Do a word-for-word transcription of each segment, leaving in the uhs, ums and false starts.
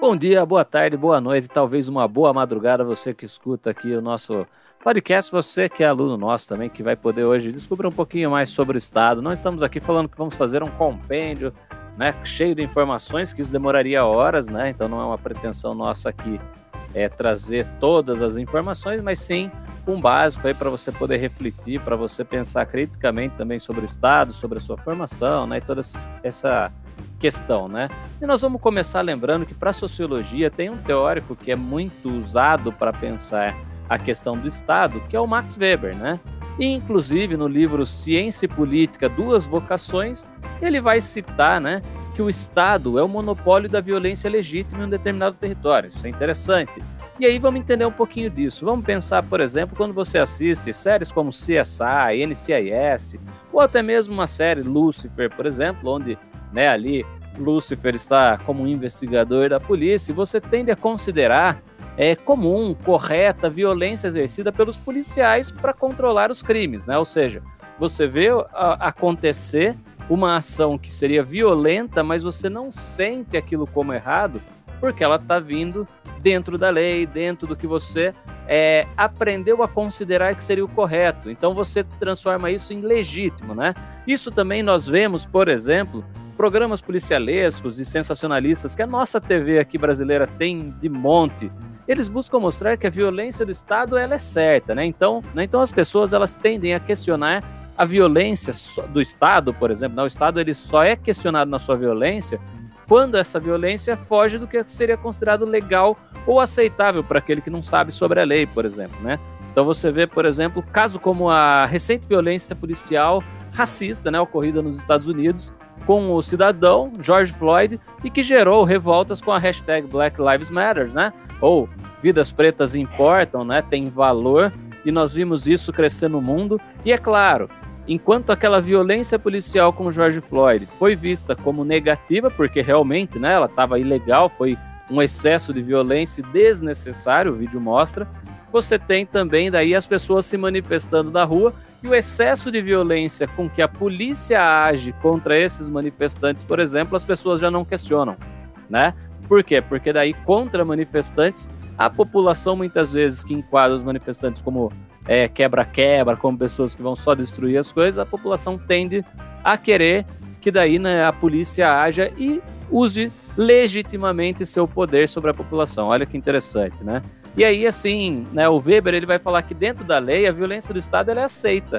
Bom dia, boa tarde, boa noite, talvez uma boa madrugada, você que escuta aqui o nosso podcast, você que é aluno nosso também, que vai poder hoje descobrir um pouquinho mais sobre o Estado. Não estamos aqui falando que vamos fazer um compêndio, né, cheio de informações, que isso demoraria horas, né? Então não é uma pretensão nossa aqui é, trazer todas as informações, mas sim um básico aí para você poder refletir, para você pensar criticamente também sobre o Estado, sobre a sua formação, né, e toda essa questão, né? E nós vamos começar lembrando que para a sociologia tem um teórico que é muito usado para pensar a questão do Estado, que é o Max Weber, né? E inclusive no livro Ciência e Política, Duas Vocações, ele vai citar, né, que o Estado é o monopólio da violência legítima em um determinado território. Isso é interessante. E aí vamos entender um pouquinho disso. Vamos pensar, por exemplo, quando você assiste séries como C S I, N C I S, ou até mesmo uma série Lucifer, por exemplo, onde, né, ali Lucifer está como um investigador da polícia, e você tende a considerar é, comum, correta, violência exercida pelos policiais para controlar os crimes, né? Ou seja, você vê a, acontecer uma ação que seria violenta, mas você não sente aquilo como errado, porque ela está vindo dentro da lei, dentro do que você é, aprendeu a considerar que seria o correto. Então você transforma isso em legítimo, né? Isso também nós vemos, por exemplo, programas policialescos e sensacionalistas que a nossa T V aqui brasileira tem de monte. Eles buscam mostrar que a violência do Estado ela é certa, né? Então, né? Então as pessoas elas tendem a questionar a violência do Estado, por exemplo. O Estado ele só é questionado na sua violência quando essa violência foge do que seria considerado legal ou aceitável para aquele que não sabe sobre a lei, por exemplo, né? Então você vê, por exemplo, caso como a recente violência policial racista, né, ocorrida nos Estados Unidos com o cidadão George Floyd e que gerou revoltas com a hashtag Black Lives Matter, né? Ou vidas pretas importam, né? Tem valor, e nós vimos isso crescer no mundo. E é claro, enquanto aquela violência policial com o George Floyd foi vista como negativa, porque realmente, né, ela estava ilegal, foi um excesso de violência desnecessário, o vídeo mostra, você tem também daí as pessoas se manifestando na rua e o excesso de violência com que a polícia age contra esses manifestantes, por exemplo, as pessoas já não questionam, né? Por quê? Porque daí contra manifestantes, a população muitas vezes que enquadra os manifestantes como é, quebra-quebra, como pessoas que vão só destruir as coisas, a população tende a querer que daí, né, a polícia haja e use legitimamente seu poder sobre a população. Olha que interessante, né? E aí, assim, né, o Weber ele vai falar que dentro da lei a violência do Estado ela é aceita,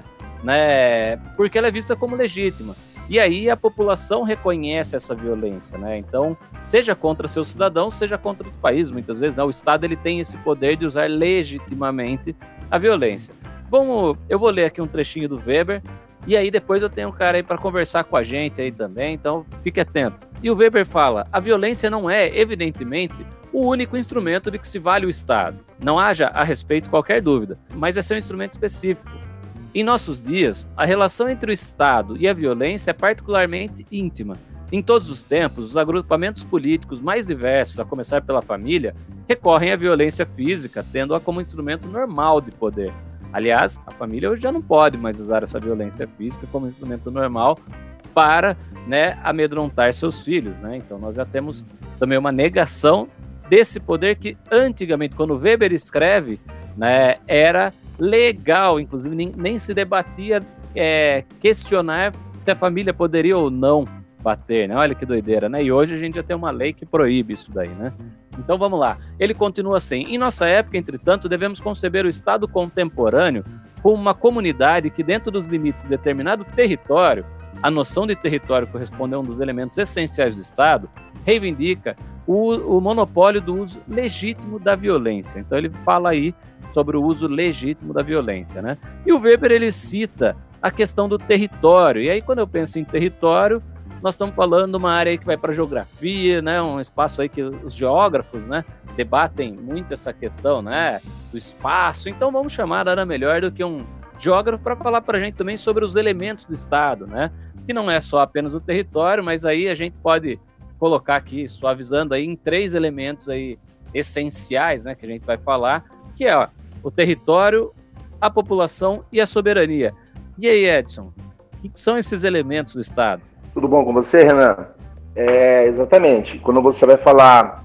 né, porque ela é vista como legítima. E aí a população reconhece essa violência, né? Então, seja contra seus cidadãos, seja contra o país, muitas vezes, né, o Estado ele tem esse poder de usar legitimamente a violência. Vamos, eu vou ler aqui um trechinho do Weber, e aí depois eu tenho um cara aí para conversar com a gente aí também, então fique atento. E o Weber fala, a violência não é, evidentemente, o único instrumento de que se vale o Estado. Não haja a respeito qualquer dúvida, mas é seu instrumento específico. Em nossos dias, a relação entre o Estado e a violência é particularmente íntima. Em todos os tempos, os agrupamentos políticos mais diversos, a começar pela família, recorrem à violência física, tendo-a como instrumento normal de poder. Aliás, a família hoje já não pode mais usar essa violência física como instrumento normal para, né, amedrontar seus filhos, né? Então nós já temos também uma negação desse poder que antigamente, quando Weber escreve, né, era legal, inclusive nem, nem se debatia é, questionar se a família poderia ou não bater, né? Olha que doideira, né? E hoje a gente já tem uma lei que proíbe isso daí, né? Então vamos lá. Ele continua assim: em nossa época, entretanto, devemos conceber o Estado contemporâneo como uma comunidade que, dentro dos limites de determinado território, a noção de território corresponde a um dos elementos essenciais do Estado, reivindica o, o monopólio do uso legítimo da violência. Então ele fala aí sobre o uso legítimo da violência, né? E o Weber ele cita a questão do território. E aí quando eu penso em território, nós estamos falando de uma área aí que vai para geografia, né? Um espaço aí que os geógrafos, né, debatem muito essa questão, né, do espaço. Então vamos chamar nada melhor do que um geógrafo para falar para a gente também sobre os elementos do Estado, né? Que não é só apenas o território, mas aí a gente pode colocar aqui, suavizando aí, em três elementos aí essenciais, né, que a gente vai falar, que é ó, o território, a população e a soberania. E aí, Edson, o que são esses elementos do Estado? Tudo bom com você, Renan? É, exatamente. Quando você vai falar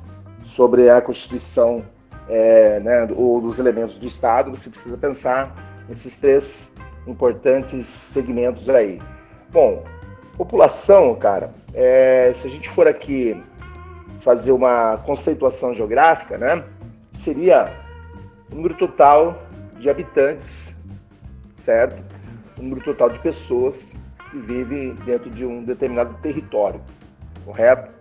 sobre a constituição é, né, ou dos elementos do Estado, você precisa pensar nesses três importantes segmentos aí. Bom, população, cara, é, se a gente for aqui fazer uma conceituação geográfica, né, seria o número total de habitantes, certo? O número total de pessoas que vivem dentro de um determinado território, correto?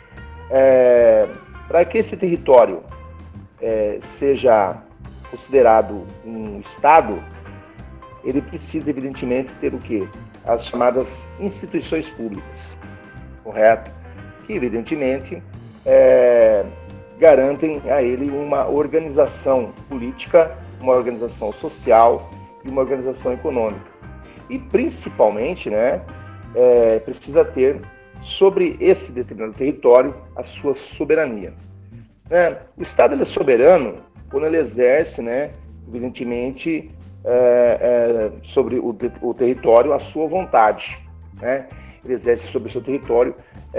É, para que esse território é, seja considerado um estado, ele precisa, evidentemente, ter o quê? As chamadas instituições públicas, correto? Que, evidentemente, é, garantem a ele uma organização política, uma organização social e uma organização econômica. E, principalmente, né, é, precisa ter sobre esse determinado território a sua soberania. É, o Estado ele é soberano quando ele exerce, né, evidentemente, é, é, sobre o, o território a sua vontade. Né? Ele exerce sobre o seu território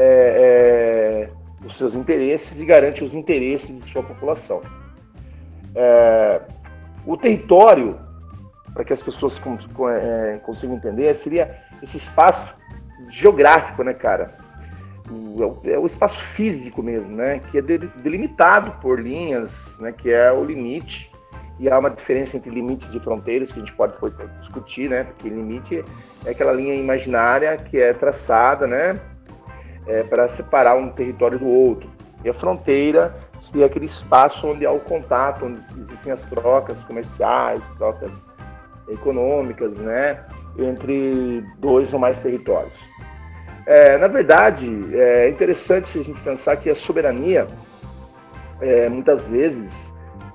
é, é, os seus interesses e garante os interesses de sua população. É, o território, para que as pessoas com, com, é, consigam entender, seria esse espaço geográfico, né, cara? O, é o espaço físico mesmo, né? Que é delimitado por linhas, né? Que é o limite. E há uma diferença entre limites e fronteiras que a gente pode discutir, né? Porque limite é aquela linha imaginária que é traçada, né? É, para separar um território do outro. E a fronteira seria aquele espaço onde há o contato, onde existem as trocas comerciais, trocas econômicas, né? Entre dois ou mais territórios. É, na verdade, é interessante a gente pensar que a soberania, é, muitas vezes,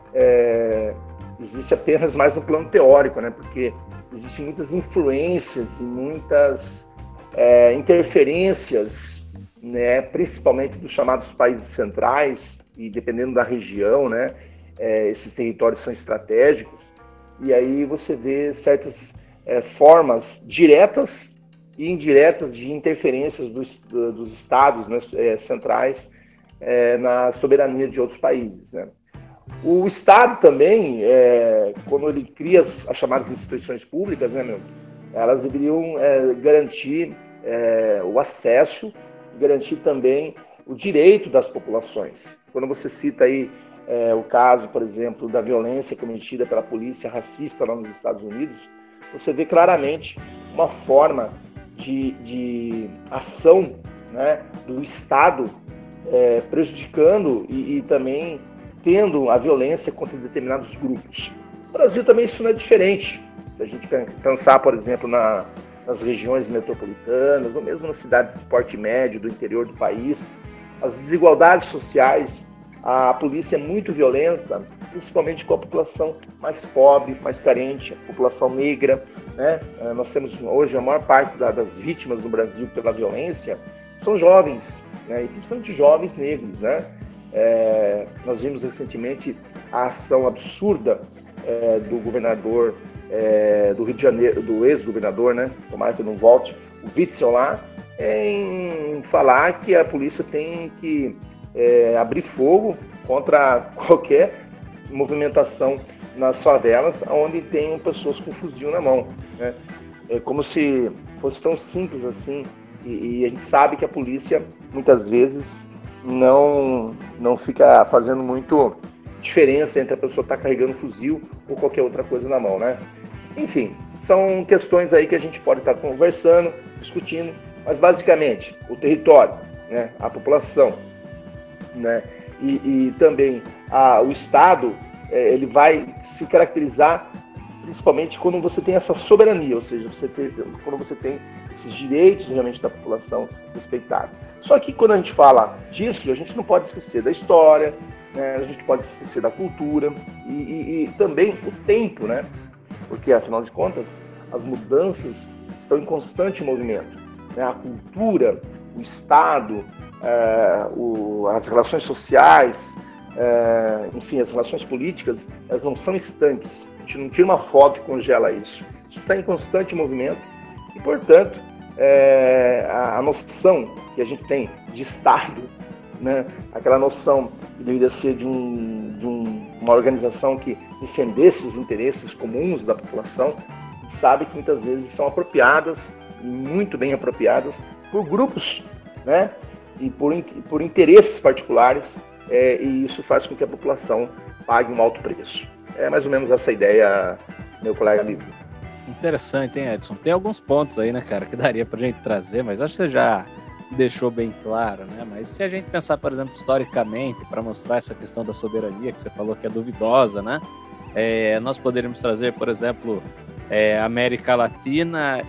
é, existe apenas mais no plano teórico, né? Porque existem muitas influências e muitas é, interferências, né? Principalmente dos chamados países centrais, e dependendo da região, né? É, esses territórios são estratégicos, e aí você vê certas é, formas diretas e indiretas de interferências dos, dos estados, né, é, centrais é, na soberania de outros países. Né? O Estado também, é, quando ele cria as, as chamadas instituições públicas, né, meu, elas deveriam é, garantir é, o acesso, garantir também o direito das populações. Quando você cita aí é, o caso, por exemplo, da violência cometida pela polícia racista lá nos Estados Unidos, você vê claramente uma forma De, de ação, né, do Estado é, prejudicando e, e também tendo a violência contra determinados grupos. No Brasil também isso não é diferente. Se a gente pensar, por exemplo, na, nas regiões metropolitanas ou mesmo nas cidades de porte médio do interior do país, as desigualdades sociais, a polícia é muito violenta, principalmente com a população mais pobre, mais carente, a população negra. Né? Nós temos hoje a maior parte da, das vítimas no Brasil pela violência são jovens, né? E principalmente jovens negros. Né? É, nós vimos recentemente a ação absurda é, do governador é, do Rio de Janeiro, do ex-governador, né? Tomara que não volte, o Witzel lá, em falar que a polícia tem que é, abrir fogo contra qualquer movimentação nas favelas, onde tem pessoas com fuzil na mão. Né? É como se fosse tão simples assim, e, e a gente sabe que a polícia, muitas vezes, não, não fica fazendo muito diferença entre a pessoa estar carregando fuzil ou qualquer outra coisa na mão, né? Enfim, são questões aí que a gente pode estar conversando, discutindo, mas basicamente, o território, né? A população, né? E, e também a, o Estado, é, ele vai se caracterizar principalmente quando você tem essa soberania, ou seja, você tem, quando você tem esses direitos realmente da população respeitados. Só que quando a gente fala disso, a gente não pode esquecer da história, né? A gente não pode esquecer da cultura e, e, e também o tempo, né? Porque, afinal de contas, as mudanças estão em constante movimento. Né? A cultura, o Estado, é, o, as relações sociais, é, enfim, as relações políticas, elas não são estanques. A gente não tira uma foto e congela isso. Isso está em constante movimento e, portanto, é, a, a noção que a gente tem de Estado, né? Aquela noção e deveria ser de, um, de um, uma organização que defendesse os interesses comuns da população, sabe que muitas vezes são apropriadas, muito bem apropriadas, por grupos, né? E por, por interesses particulares, é, e isso faz com que a população pague um alto preço. É mais ou menos essa ideia, meu colega amigo. Interessante, hein, Edson? Tem alguns pontos aí, né, cara, que daria pra gente trazer, mas acho que você já deixou bem claro, né? Mas se a gente pensar, por exemplo, historicamente, para mostrar essa questão da soberania que você falou que é duvidosa, né? É, nós poderíamos trazer, por exemplo, é, América Latina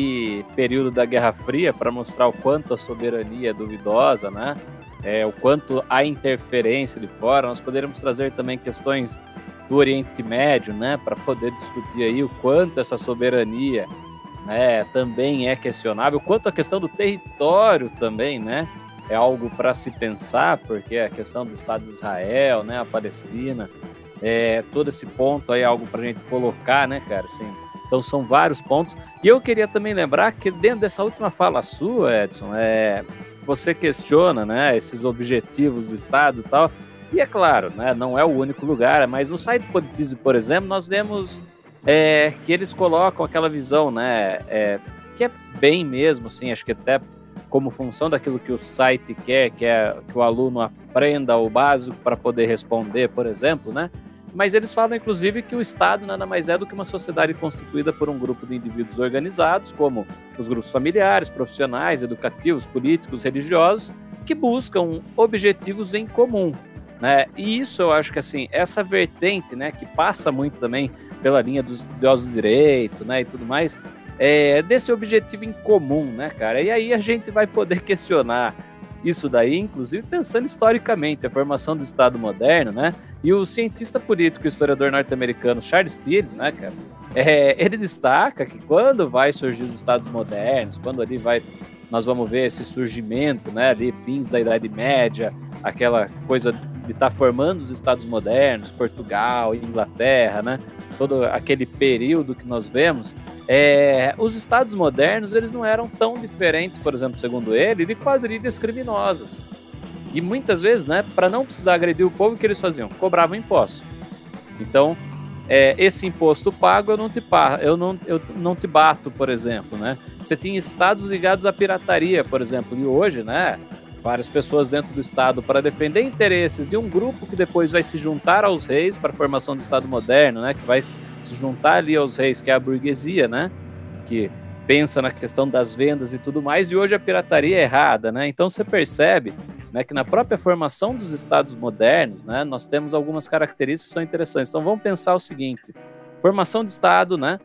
e período da Guerra Fria para mostrar o quanto a soberania é duvidosa, né? É, o quanto há interferência de fora. Nós poderíamos trazer também questões do Oriente Médio, né? Para poder discutir aí o quanto essa soberania, né, também é questionável, quanto a questão do território também, né, é algo para se pensar, porque a questão do Estado de Israel, né, a Palestina, é, todo esse ponto aí é algo para a gente colocar, né, cara, assim, então são vários pontos, e eu queria também lembrar que dentro dessa última fala sua, Edson, é, você questiona, né, esses objetivos do Estado e tal, e é claro, né, não é o único lugar, mas no site Politize, por exemplo, nós vemos É, que eles colocam aquela visão, né, é, que é bem mesmo, assim, acho que até como função daquilo que o site quer, que é que o aluno aprenda o básico para poder responder, por exemplo, né, mas eles falam, inclusive, que o Estado nada mais é do que uma sociedade constituída por um grupo de indivíduos organizados, como os grupos familiares, profissionais, educativos, políticos, religiosos, que buscam objetivos em comum, né, e isso eu acho que, assim, essa vertente, né, que passa muito também pela linha dos estudiosos do direito, né, e tudo mais, é, desse objetivo em comum, né, cara? E aí a gente vai poder questionar isso daí, inclusive pensando historicamente, a formação do Estado moderno, né? E o cientista político e historiador norte-americano Charles Steele, né, cara? É, ele destaca que quando vai surgir os Estados modernos, quando ali vai, nós vamos ver esse surgimento, né, ali, fins da Idade Média, aquela coisa de estar tá formando os Estados modernos, Portugal, Inglaterra, né? Todo aquele período que nós vemos, é, os Estados modernos eles não eram tão diferentes, por exemplo, segundo ele, de quadrilhas criminosas. E muitas vezes, né, para não precisar agredir o povo, o que eles faziam? Cobravam impostos. Então, é, esse imposto pago eu não te pa- eu não, eu não te bato, por exemplo, né? Você tinha estados ligados à pirataria, por exemplo, e hoje, né, várias pessoas dentro do Estado para defender interesses de um grupo que depois vai se juntar aos reis para a formação do Estado moderno, né? Que vai se juntar ali aos reis, que é a burguesia, né? Que pensa na questão das vendas e tudo mais, e hoje a pirataria é errada, né? Então você percebe, né, que na própria formação dos Estados modernos, né, nós temos algumas características que são interessantes. Então vamos pensar o seguinte, formação de Estado, né?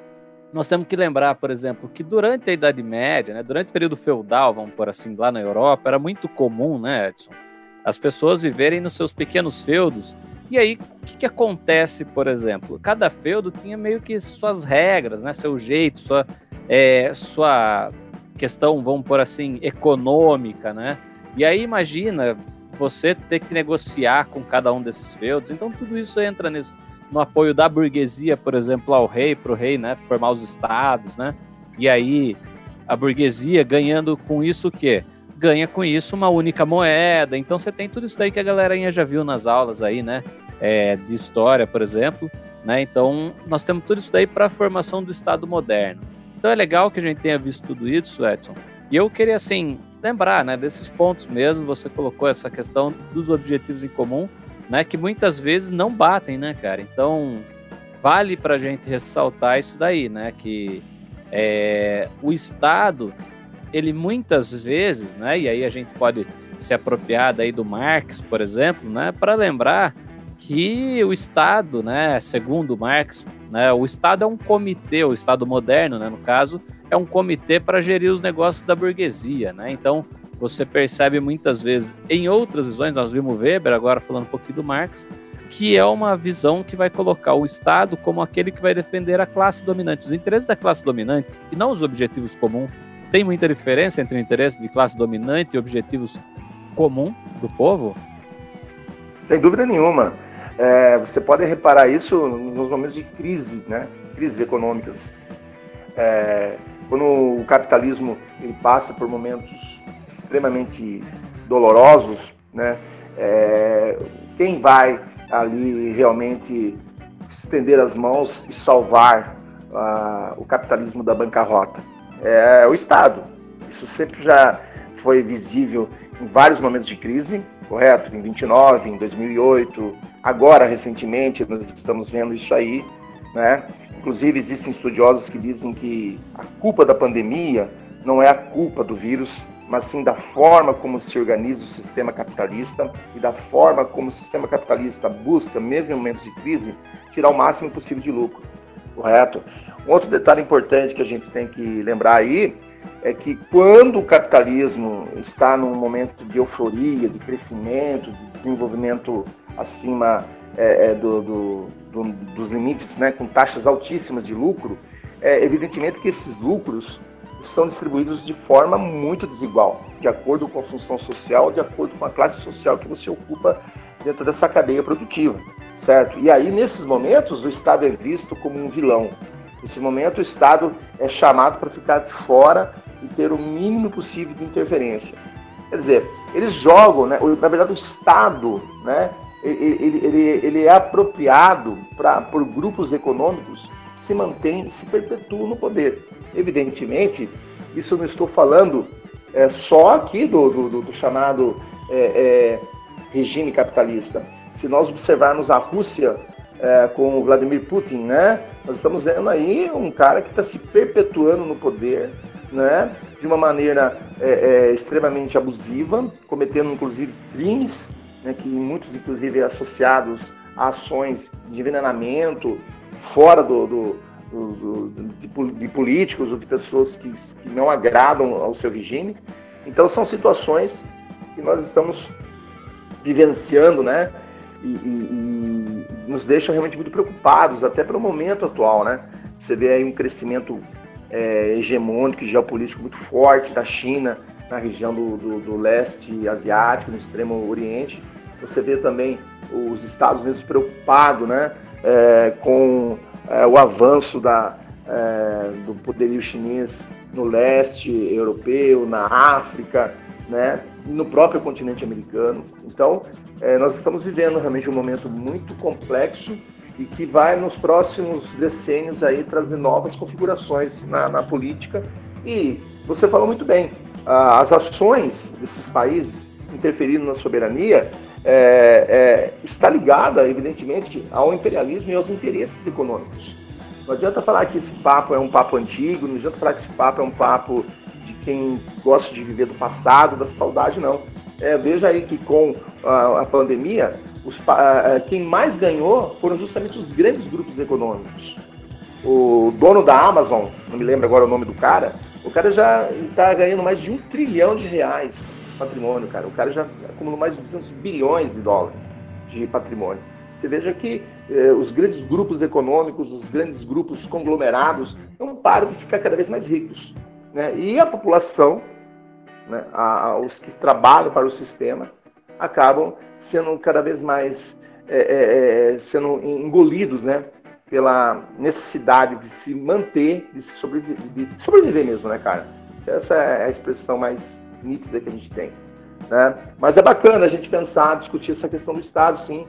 Nós temos que lembrar, por exemplo, que durante a Idade Média, né, durante o período feudal, vamos por assim, lá na Europa, era muito comum, né, Edson, as pessoas viverem nos seus pequenos feudos. E aí, o que, que acontece, por exemplo? Cada feudo tinha meio que suas regras, né, seu jeito, sua, é, sua questão, vamos por assim, econômica, né? E aí, imagina você ter que negociar com cada um desses feudos. Então, tudo isso entra nisso. No apoio da burguesia, por exemplo, ao rei, para o rei, né, formar os estados, né? E aí a burguesia ganhando com isso o quê? Ganha com isso uma única moeda. Então você tem tudo isso daí que a galerinha já viu nas aulas aí, né? É, de história, por exemplo, né? Então nós temos tudo isso daí para a formação do Estado moderno. Então é legal que a gente tenha visto tudo isso, Edson. E eu queria, assim, lembrar, né, desses pontos mesmo. Você colocou essa questão dos objetivos em comum, né, que muitas vezes não batem, né, cara? Então, vale pra gente ressaltar isso daí, né, que é, o Estado, ele muitas vezes, né, e aí a gente pode se apropriar daí do Marx, por exemplo, né, para lembrar que o Estado, né, segundo Marx, né, o Estado é um comitê, o Estado moderno, né, no caso, é um comitê para gerir os negócios da burguesia, né, então você percebe muitas vezes, em outras visões, nós vimos Weber, agora falando um pouquinho do Marx, que é uma visão que vai colocar o Estado como aquele que vai defender a classe dominante, os interesses da classe dominante, e não os objetivos comuns. Tem muita diferença entre o interesse de classe dominante e objetivos comuns do povo? Sem dúvida nenhuma. É, você pode reparar isso nos momentos de crise, né? Crises econômicas. É, quando o capitalismo ele passa por momentos extremamente dolorosos, né? É, quem vai ali realmente estender as mãos e salvar uh, o capitalismo da bancarrota? É o Estado. Isso sempre já foi visível em vários momentos de crise, correto? Em vinte e nove, em dois mil e oito, agora recentemente nós estamos vendo isso aí, né? Inclusive existem estudiosos que dizem que a culpa da pandemia não é a culpa do vírus, mas sim da forma como se organiza o sistema capitalista e da forma como o sistema capitalista busca, mesmo em momentos de crise, tirar o máximo possível de lucro, correto? Um outro detalhe importante que a gente tem que lembrar aí é que quando o capitalismo está num momento de euforia, de crescimento, de desenvolvimento acima é, é, do, do, do, dos limites, né, com taxas altíssimas de lucro, é evidentemente que esses lucros são distribuídos de forma muito desigual, de acordo com a função social, de acordo com a classe social que você ocupa dentro dessa cadeia produtiva, certo? E aí, nesses momentos, o Estado é visto como um vilão. Nesse momento, o Estado é chamado para ficar de fora e ter o mínimo possível de interferência. Quer dizer, eles jogam, né? Na verdade, o Estado, né? ele, ele, ele é apropriado pra, por grupos econômicos que se mantêm, se perpetuam no poder. Evidentemente, isso eu não estou falando é, só aqui do, do, do chamado é, é, regime capitalista. Se nós observarmos a Rússia é, com o Vladimir Putin, né, nós estamos vendo aí um cara que está se perpetuando no poder, né, de uma maneira é, é, extremamente abusiva, cometendo inclusive crimes, né, que muitos inclusive associados a ações de envenenamento fora do... do Do, de, de políticos ou de pessoas que, que não agradam ao seu regime. Então são situações que nós estamos vivenciando, né? E, e, e nos deixam realmente muito preocupados, até pelo momento atual, né? Você vê aí um crescimento é, hegemônico e geopolítico muito forte da China na região do, do, do leste asiático, no extremo oriente. Você vê também os Estados Unidos preocupados, né? É, com É, o avanço da, é, do poderio chinês no leste europeu, na África, né, no próprio continente americano. Então, é, nós estamos vivendo realmente um momento muito complexo e que vai, nos próximos decênios, aí, trazer novas configurações na, na política. E você falou muito bem, as ações desses países interferindo na soberania É, é, está ligada, evidentemente, ao imperialismo e aos interesses econômicos. Não adianta falar que esse papo é um papo antigo, não adianta falar que esse papo é um papo de quem gosta de viver do passado, da saudade, não. É, veja aí que com a, a pandemia, os, a, quem mais ganhou foram justamente os grandes grupos econômicos. O dono da Amazon, não me lembro agora o nome do cara, o cara já está ganhando mais de um trilhão de reais patrimônio, cara. O cara já acumulou mais de duzentos bilhões de dólares de patrimônio. Você veja que eh, os grandes grupos econômicos, os grandes grupos conglomerados não param de ficar cada vez mais ricos, né? E a população, né, a, a, os que trabalham para o sistema, acabam sendo cada vez mais é, é, sendo engolidos, né, pela necessidade de se manter, de, se sobreviver, de sobreviver mesmo, né, cara? Essa é a expressão mais nítida que a gente tem, né? Mas é bacana a gente pensar, discutir essa questão do Estado, sim,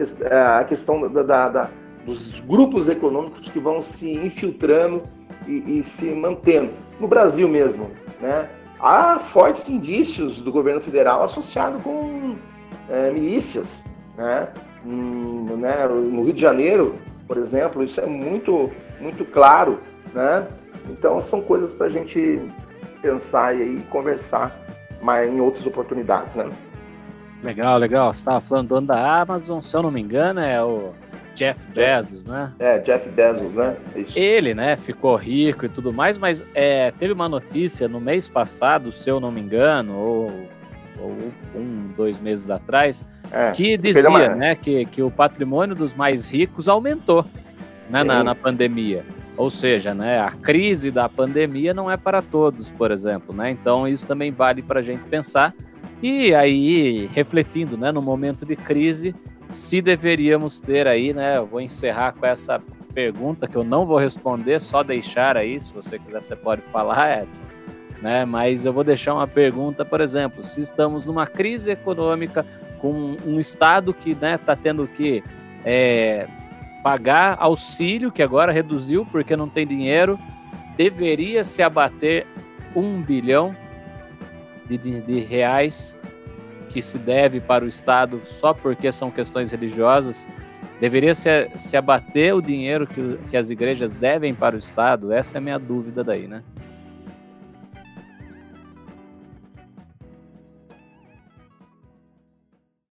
a questão da, da, da, dos grupos econômicos que vão se infiltrando e, e se mantendo. No Brasil mesmo, né? Há fortes indícios do governo federal associado com é, milícias, né? Hum, né? No Rio de Janeiro, por exemplo, isso é muito, muito claro, né? Então são coisas para a gente pensar e conversar mais em outras oportunidades, né? Legal, legal. Você estava falando do dono da Amazon, se eu não me engano, é o Jeff Bezos, né? É, Jeff Bezos, né? Isso. Ele, né, ficou rico e tudo mais, mas é, teve uma notícia no mês passado, se eu não me engano, ou, ou um, dois meses atrás, é, que dizia, né, que, que o patrimônio dos mais ricos aumentou, né, na, na pandemia. Ou seja, né, a crise da pandemia não é para todos, por exemplo, né? Então isso também vale para a gente pensar. E aí, refletindo, né, no momento de crise, se deveríamos ter aí, né, eu vou encerrar com essa pergunta que eu não vou responder, só deixar aí, se você quiser você pode falar, Edson, né? Mas eu vou deixar uma pergunta, por exemplo, se estamos numa crise econômica, com com um Estado que está tendo que é, pagar auxílio, que agora reduziu porque não tem dinheiro, deveria se abater um bilhão de, de, de reais que se deve para o Estado só porque são questões religiosas. Deveria se, se abater o dinheiro que, que as igrejas devem para o Estado? Essa é a minha dúvida daí, né?